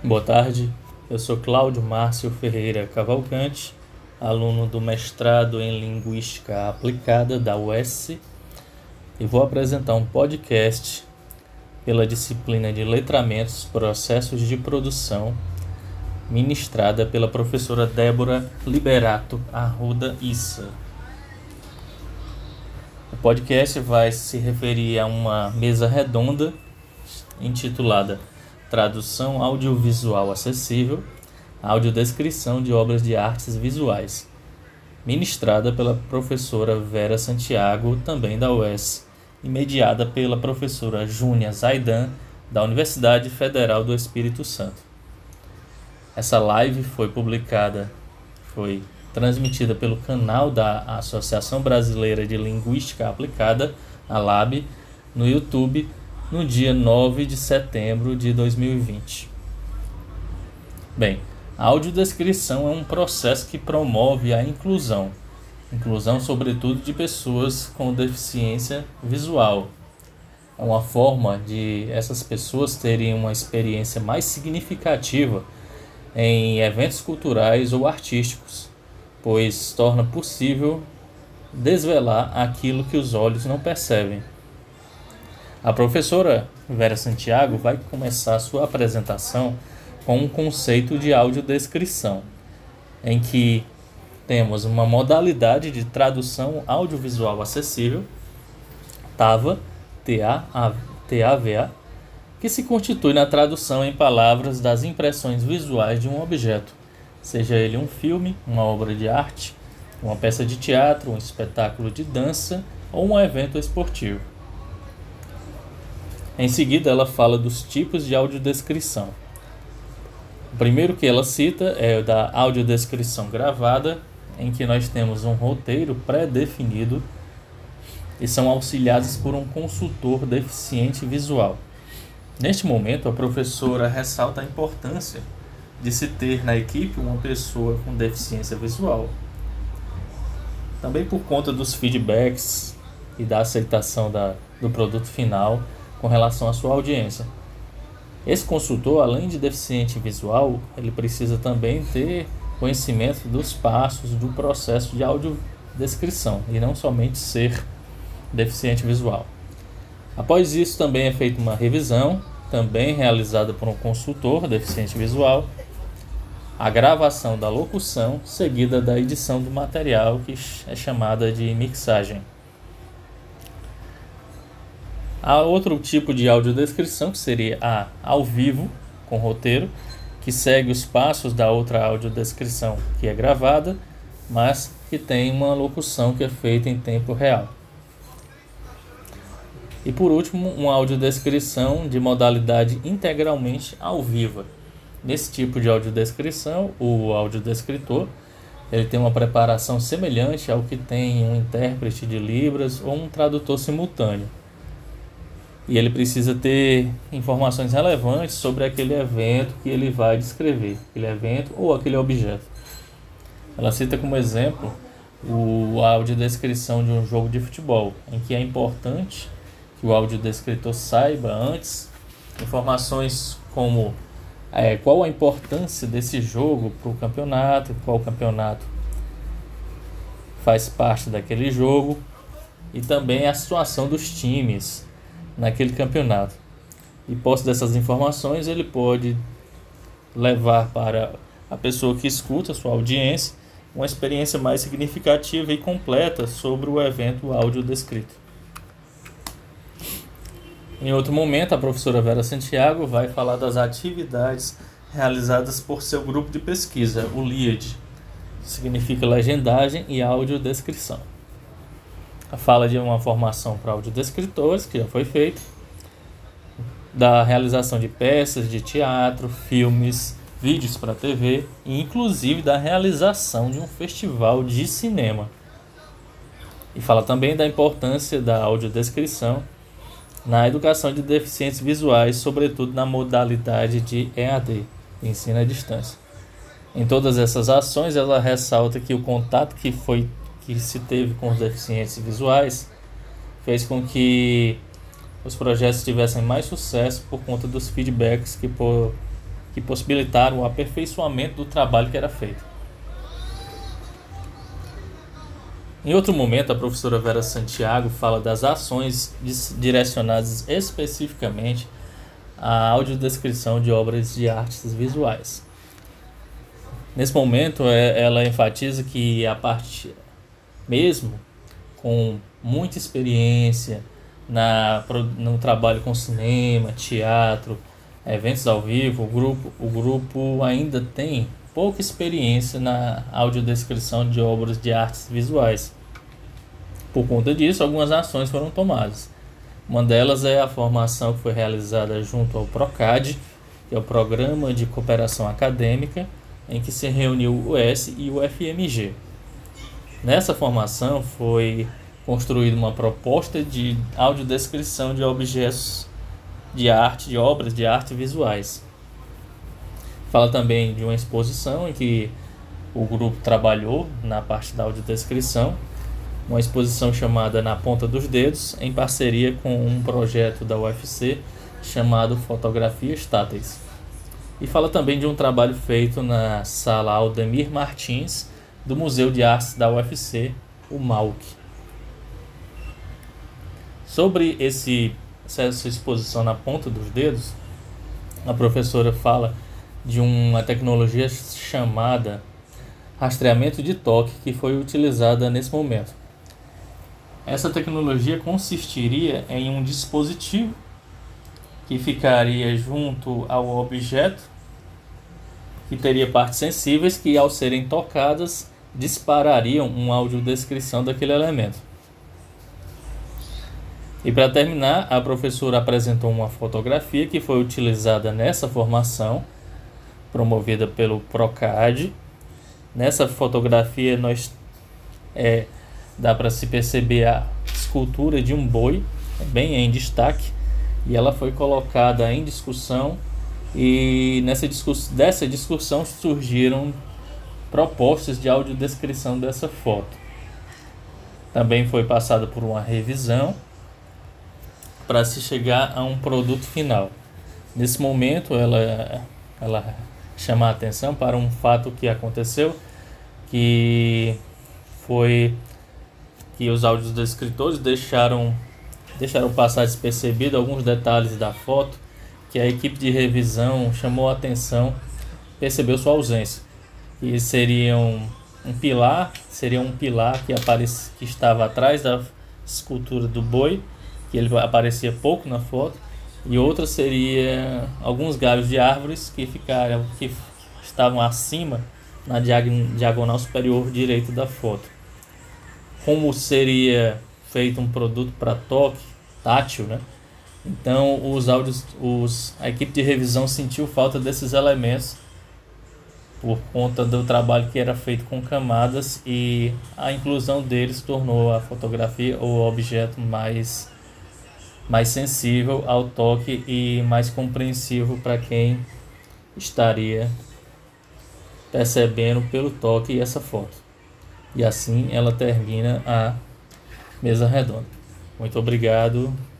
Boa tarde, eu sou Cláudio Márcio Ferreira Cavalcante, aluno do mestrado em Linguística Aplicada da UES, e vou apresentar um podcast pela disciplina de Letramentos, Processos de Produção, ministrada pela professora Débora Liberato Arruda Issa. O podcast vai se referir a uma mesa redonda intitulada Tradução Audiovisual Acessível, Audiodescrição de Obras de Artes Visuais, ministrada pela professora Vera Santiago, também da UES, e mediada pela professora Júnia Zaidan, da Universidade Federal do Espírito Santo. Essa live foi transmitida pelo canal da Associação Brasileira de Linguística Aplicada, a LAB, no YouTube, no dia 9 de setembro de 2020. Bem, a audiodescrição é um processo que promove a inclusão sobretudo de pessoas com deficiência visual. É uma forma de essas pessoas terem uma experiência mais significativa em eventos culturais ou artísticos, pois torna possível desvelar aquilo que os olhos não percebem. A professora Vera Santiago vai começar a sua apresentação com um conceito de audiodescrição, em que temos uma modalidade de tradução audiovisual acessível, TAVA, TAVA, que se constitui na tradução em palavras das impressões visuais de um objeto, seja ele um filme, uma obra de arte, uma peça de teatro, um espetáculo de dança ou um evento esportivo. Em seguida, ela fala dos tipos de audiodescrição. O primeiro que ela cita é o da audiodescrição gravada, em que nós temos um roteiro pré-definido e são auxiliados por um consultor deficiente visual. Neste momento, a professora ressalta a importância de se ter na equipe uma pessoa com deficiência visual. Também por conta dos feedbacks e da aceitação do produto final com relação à sua audiência. Esse consultor, além de deficiente visual, ele precisa também ter conhecimento dos passos do processo de audiodescrição e não somente ser deficiente visual. Após isso, também é feita uma revisão, também realizada por um consultor deficiente visual, a gravação da locução, seguida da edição do material, que é chamada de mixagem. Há outro tipo de audiodescrição, que seria a ao vivo, com roteiro, que segue os passos da outra audiodescrição, que é gravada, mas que tem uma locução que é feita em tempo real. E por último, uma audiodescrição de modalidade integralmente ao vivo. Nesse tipo de audiodescrição, o audiodescritor ele tem uma preparação semelhante ao que tem um intérprete de Libras ou um tradutor simultâneo. E ele precisa ter informações relevantes sobre aquele evento que ele vai descrever, aquele evento ou aquele objeto. Ela cita como exemplo a audiodescrição de um jogo de futebol, em que é importante que o audiodescritor saiba antes informações como qual a importância desse jogo para o campeonato, qual campeonato faz parte daquele jogo e também a situação dos times naquele campeonato. E posse dessas informações, ele pode levar para a pessoa que escuta, a sua audiência, uma experiência mais significativa e completa sobre o evento audiodescrito. Em outro momento, a professora Vera Santiago vai falar das atividades realizadas por seu grupo de pesquisa, o LIAD, que significa Legendagem e Audiodescrição. A fala de uma formação para audiodescritores, que já foi feita, da realização de peças de teatro, filmes, vídeos para TV e inclusive da realização de um festival de cinema. E fala também da importância da audiodescrição na educação de deficientes visuais, sobretudo na modalidade de EAD, ensino à distância. Em todas essas ações, ela ressalta que o contato que se teve com os deficientes visuais fez com que os projetos tivessem mais sucesso por conta dos feedbacks que possibilitaram o aperfeiçoamento do trabalho que era feito. Em outro momento, a professora Vera Santiago fala das ações direcionadas especificamente à audiodescrição de obras de artes visuais. Nesse momento, ela enfatiza que mesmo com muita experiência no trabalho com cinema, teatro, eventos ao vivo, o grupo ainda tem pouca experiência na audiodescrição de obras de artes visuais. Por conta disso, algumas ações foram tomadas. Uma delas é a formação que foi realizada junto ao PROCAD, que é o Programa de Cooperação Acadêmica, em que se reuniu o US e o FMG. Nessa formação foi construída uma proposta de audiodescrição de objetos de arte, de obras de arte visuais. Fala também de uma exposição em que o grupo trabalhou na parte da audiodescrição, uma exposição chamada Na Ponta dos Dedos, em parceria com um projeto da UFC chamado Fotografias Táteis. E fala também de um trabalho feito na Sala Aldemir Martins, do Museu de Artes da UFC, o MAUC. Sobre essa exposição na ponta dos dedos, a professora fala de uma tecnologia chamada rastreamento de toque que foi utilizada nesse momento. Essa tecnologia consistiria em um dispositivo que ficaria junto ao objeto, que teria partes sensíveis que, ao serem tocadas, disparariam uma audiodescrição daquele elemento. E para terminar, a professora apresentou uma fotografia que foi utilizada nessa formação, promovida pelo PROCAD. Nessa fotografia dá para se perceber a escultura de um boi, bem em destaque, e ela foi colocada em discussão, e dessa discussão surgiram propostas de audiodescrição dessa foto. Também foi passada por uma revisão para se chegar a um produto final. Nesse momento, ela chama a atenção para um fato que aconteceu, que foi que os audiodescritores deixaram passar despercebido alguns detalhes da foto, que a equipe de revisão chamou a atenção, percebeu sua ausência. E seria um pilar que estava atrás da escultura do boi, que ele aparecia pouco na foto, e outra seria alguns galhos de árvores que estavam acima na diagonal superior direita da foto. Como seria feito um produto para toque tátil, né? Então a equipe de revisão sentiu falta desses elementos por conta do trabalho que era feito com camadas, e a inclusão deles tornou a fotografia ou objeto mais sensível ao toque e mais compreensivo para quem estaria percebendo pelo toque essa foto. E assim ela termina a mesa redonda. Muito obrigado.